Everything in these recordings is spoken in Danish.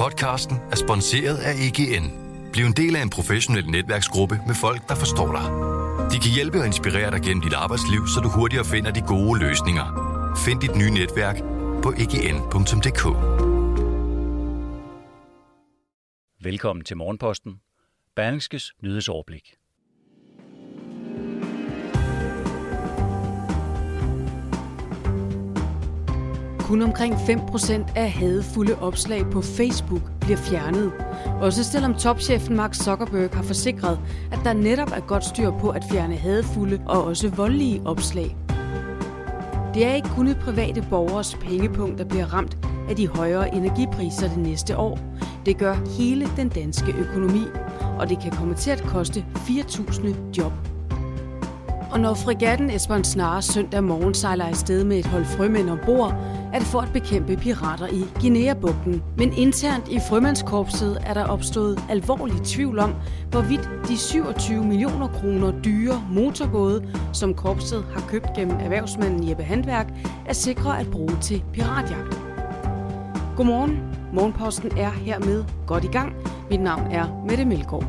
Podcasten er sponsoreret af EGN. Bliv en del af en professionel netværksgruppe med folk, der forstår dig. De kan hjælpe og inspirere dig gennem dit arbejdsliv, så du hurtigere finder de gode løsninger. Find dit nye netværk på egn.dk. Velkommen til Morgenposten. Berlingskes nyhedsoverblik. Kun omkring 5% af hadefulde opslag på Facebook bliver fjernet. Også selvom topchefen Mark Zuckerberg har forsikret, at der netop er godt styr på at fjerne hadefulde og også voldelige opslag. Det er ikke kun private borgers pengepunkt, der bliver ramt af de højere energipriser det næste år. Det gør hele den danske økonomi, og det kan komme til at koste 4.000 job. Og når fregatten Esbern Snare søndag morgen sejler afsted med et hold frømænd ombord, er det for at bekæmpe pirater i Guinea-bugten. Men internt i frømandskorpset er der opstået alvorlig tvivl om, hvorvidt de 27 millioner kroner dyre motorbåde, som korpset har købt gennem erhvervsmanden Jeppe Handværk, er sikre at bruge til piratjagt. Godmorgen. Morgenposten er hermed godt i gang. Mit navn er Mette Melgaard.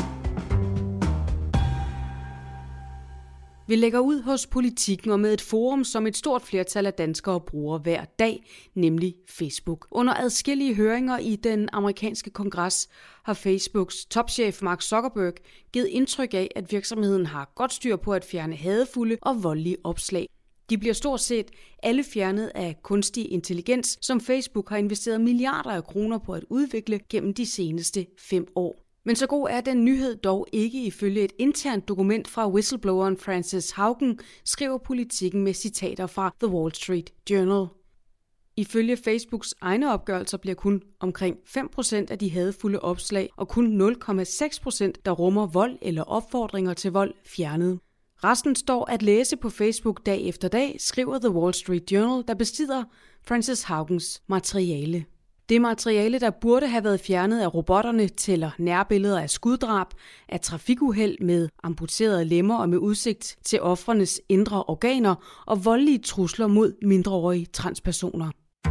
Vi lægger ud hos Politikken og med et forum, som et stort flertal af danskere bruger hver dag, nemlig Facebook. Under adskillige høringer i den amerikanske kongres har Facebooks topchef Mark Zuckerberg givet indtryk af, at virksomheden har godt styr på at fjerne hadefulde og voldelige opslag. De bliver stort set alle fjernet af kunstig intelligens, som Facebook har investeret milliarder af kroner på at udvikle gennem de seneste 5 år. Men så god er den nyhed dog ikke ifølge et internt dokument fra whistlebloweren Frances Haugen, skriver Politikken med citater fra The Wall Street Journal. Ifølge Facebooks egne opgørelser bliver kun omkring 5% af de hadefulde opslag og kun 0,6%, der rummer vold eller opfordringer til vold, fjernet. Resten står at læse på Facebook dag efter dag, skriver The Wall Street Journal, der besidder Frances Haugens materiale. Det materiale, der burde have været fjernet af robotterne, tæller nærbilleder af skuddrab, af trafikuheld med amputerede lemmer og med udsigt til ofrenes indre organer og voldelige trusler mod mindreårige transpersoner.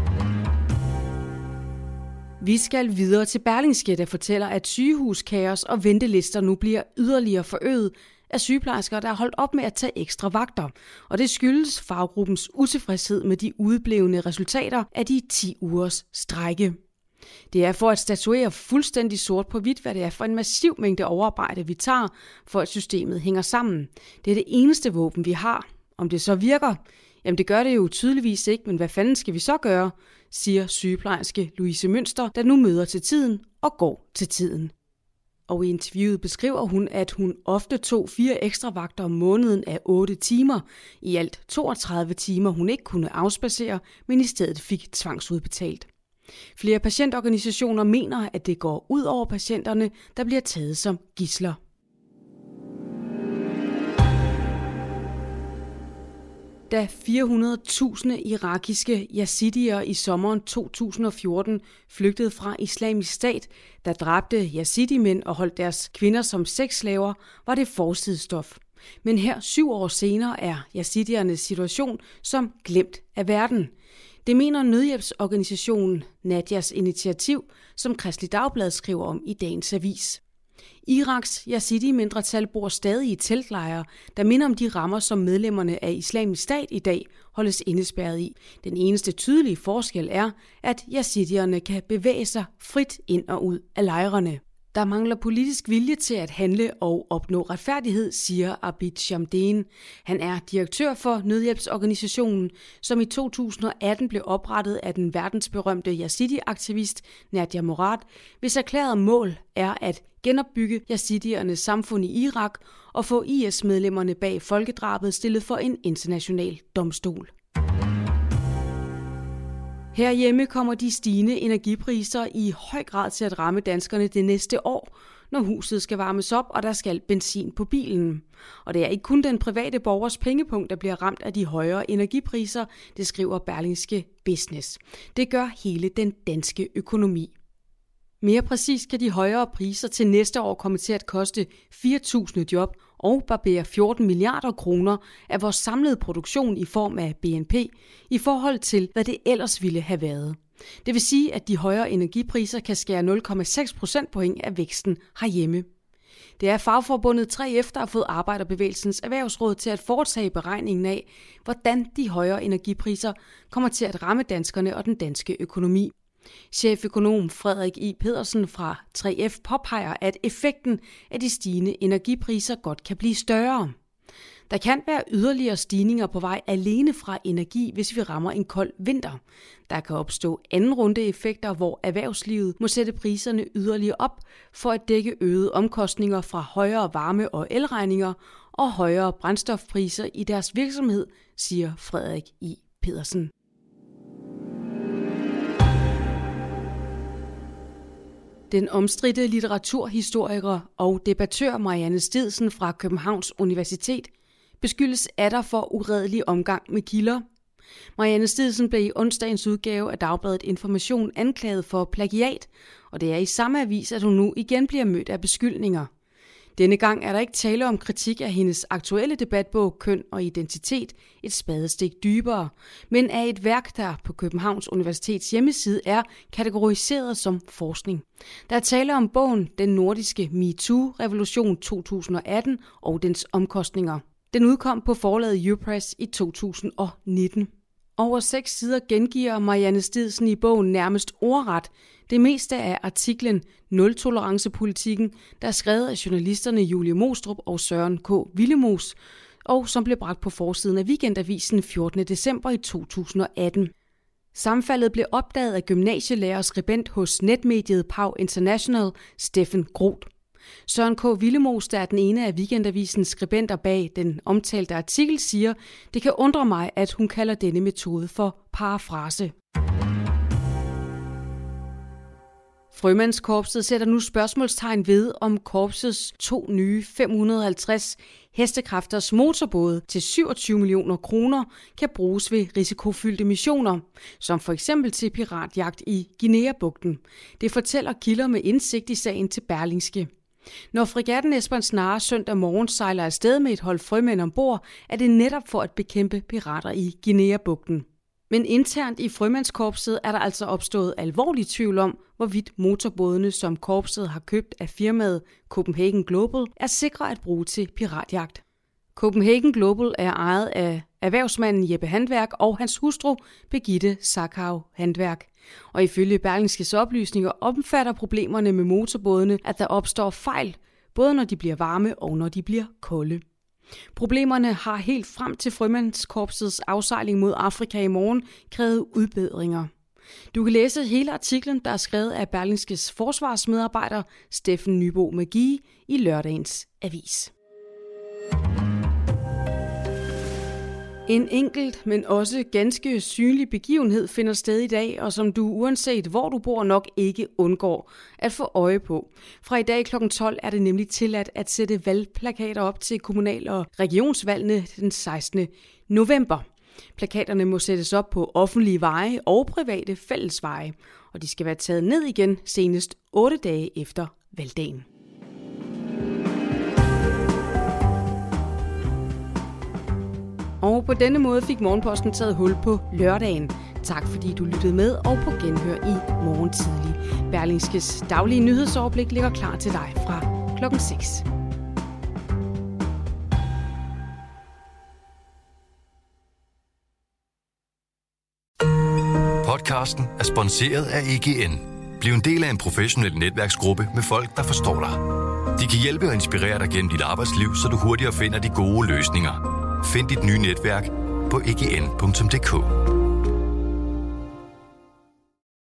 Vi skal videre til Berlingske, der fortæller, at sygehuskaos og ventelister nu bliver yderligere forøget af sygeplejersker, der er holdt op med at tage ekstra vagter. Og det skyldes faggruppens utilfredshed med de udeblevne resultater af de 10 ugers strejke. Det er for at statuere fuldstændig sort på hvidt, hvad det er for en massiv mængde overarbejde, vi tager, for at systemet hænger sammen. Det er det eneste våben, vi har. Om det så virker? Jamen det gør det jo tydeligvis ikke, men hvad fanden skal vi så gøre, siger sygeplejerske Louise Mønster, der nu møder til tiden og går til tiden. Og i interviewet beskriver hun, at hun ofte tog 4 ekstra vagter om måneden af 8 timer. I alt 32 timer hun ikke kunne afspacere, men i stedet fik tvangsudbetalt. Flere patientorganisationer mener, at det går ud over patienterne, der bliver taget som gidsler. Da 400.000 irakiske yazidier i sommeren 2014 flygtede fra Islamisk Stat, der dræbte yazidi-mænd og holdt deres kvinder som sexslaver, var det forsidestof. Men her 7 år senere er yazidiernes situation som glemt af verden. Det mener nødhjælpsorganisationen Nadias Initiativ, som Kristeligt Dagblad skriver om i dagens avis. Iraks yazidi-mindretal bor stadig i teltlejre, der minder om de rammer, som medlemmerne af Islamisk Stat i dag holdes indespærret i. Den eneste tydelige forskel er, at yazidierne kan bevæge sig frit ind og ud af lejrene. Der mangler politisk vilje til at handle og opnå retfærdighed, siger Abid Shamdeen. Han er direktør for nødhjælpsorganisationen, som i 2018 blev oprettet af den verdensberømte yazidi-aktivist Nadia Murad, hvis erklærede mål er at genopbygge yazidiernes samfund i Irak og få IS-medlemmerne bag folkedrabet stillet for en international domstol. Herhjemme kommer de stigende energipriser i høj grad til at ramme danskerne det næste år, når huset skal varmes op, og der skal benzin på bilen. Og det er ikke kun den private borgers pengepunkt, der bliver ramt af de højere energipriser, det skriver Berlingske Business. Det gør hele den danske økonomi. Mere præcis kan de højere priser til næste år komme til at koste 4.000 job og barbere 14 milliarder kroner af vores samlede produktion i form af BNP i forhold til, hvad det ellers ville have været. Det vil sige, at de højere energipriser kan skære 0,6 procentpoint af væksten herhjemme. Det er fagforbundet 3F, der har fået Arbejderbevægelsens Erhvervsråd til at foretage beregningen af, hvordan de højere energipriser kommer til at ramme danskerne og den danske økonomi. Cheføkonom Frederik I. Pedersen fra 3F påpeger, at effekten af de stigende energipriser godt kan blive større. Der kan være yderligere stigninger på vej alene fra energi, hvis vi rammer en kold vinter. Der kan opstå anden runde effekter, hvor erhvervslivet må sætte priserne yderligere op for at dække øgede omkostninger fra højere varme- og elregninger og højere brændstofpriser i deres virksomhed, siger Frederik I. Pedersen. Den omstridte litteraturhistoriker og debattør Marianne Stedsen fra Københavns Universitet beskyldes atter for uredelig omgang med kilder. Marianne Stedsen blev i onsdagens udgave af Dagbladet Information anklaget for plagiat, og det er i samme avis, at hun nu igen bliver mødt af beskyldninger. Denne gang er der ikke tale om kritik af hendes aktuelle debatbog Køn og Identitet, et spadestik dybere, men af et værk, der på Københavns Universitets hjemmeside er kategoriseret som forskning. Der er tale om bogen Den nordiske MeToo-revolution 2018 og dens omkostninger. Den udkom på forlaget Upress i 2019. Over 6 sider gengiver Marianne Stedsen i bogen nærmest ordret det meste af artiklen Nul-tolerance-politikken, der er skrevet af journalisterne Julie Mostrup og Søren K. Willemoes, og som blev bragt på forsiden af Weekendavisen 14. december i 2018. Sammenfaldet blev opdaget af gymnasielærer skribent hos netmediet Pau International, Steffen Groth. Søren K. Willemoes, der er den ene af Weekendavisens skribenter bag den omtalte artikel, siger, det kan undre mig, at hun kalder denne metode for parafrase. Frømandskorpset sætter nu spørgsmålstegn ved, om korpsets 2 nye 550 hestekræfters motorbåde til 27 millioner kroner kan bruges ved risikofyldte missioner, som for eksempel til piratjagt i Guinea-bugten. Det fortæller kilder med indsigt i sagen til Berlingske. Når fregatten Esbern Snare søndag morgen sejler afsted med et hold frømænd ombord, er det netop for at bekæmpe pirater i Guinea-bugten. Men internt i frømandskorpset er der altså opstået alvorlig tvivl om, hvorvidt motorbådene, som korpset har købt af firmaet Copenhagen Global, er sikre at bruge til piratjagt. Copenhagen Global er ejet af erhvervsmanden Jeppe Handværk og hans hustru Birgitte Sakau Handværk. Og ifølge Berlingskes oplysninger omfatter problemerne med motorbådene, at der opstår fejl, både når de bliver varme og når de bliver kolde. Problemerne har helt frem til frømandskorpsets afsejling mod Afrika i morgen krævet udbedringer. Du kan læse hele artiklen, der er skrevet af Berlingskes forsvarsmedarbejder Steffen Nybo Magi i lørdagens avis. En enkelt, men også ganske synlig begivenhed finder sted i dag, og som du uanset hvor du bor nok ikke undgår at få øje på. Fra i dag kl. 12 er det nemlig tilladt at sætte valgplakater op til kommunal- og regionsvalgene den 16. november. Plakaterne må sættes op på offentlige veje og private fællesveje, og de skal være taget ned igen senest 8 dage efter valgdagen. Og på denne måde fik Morgenposten taget hul på lørdagen. Tak fordi du lyttede med, og på genhør i morgen tidlig. Berlingskes daglige nyhedsoverblik ligger klar til dig fra klokken 6. Podcasten er sponsoreret af EGN. Bliv en del af en professionel netværksgruppe med folk, der forstår dig. De kan hjælpe og inspirere dig gennem dit arbejdsliv, så du hurtigere finder de gode løsninger. Find dit nye netværk på egn.dk.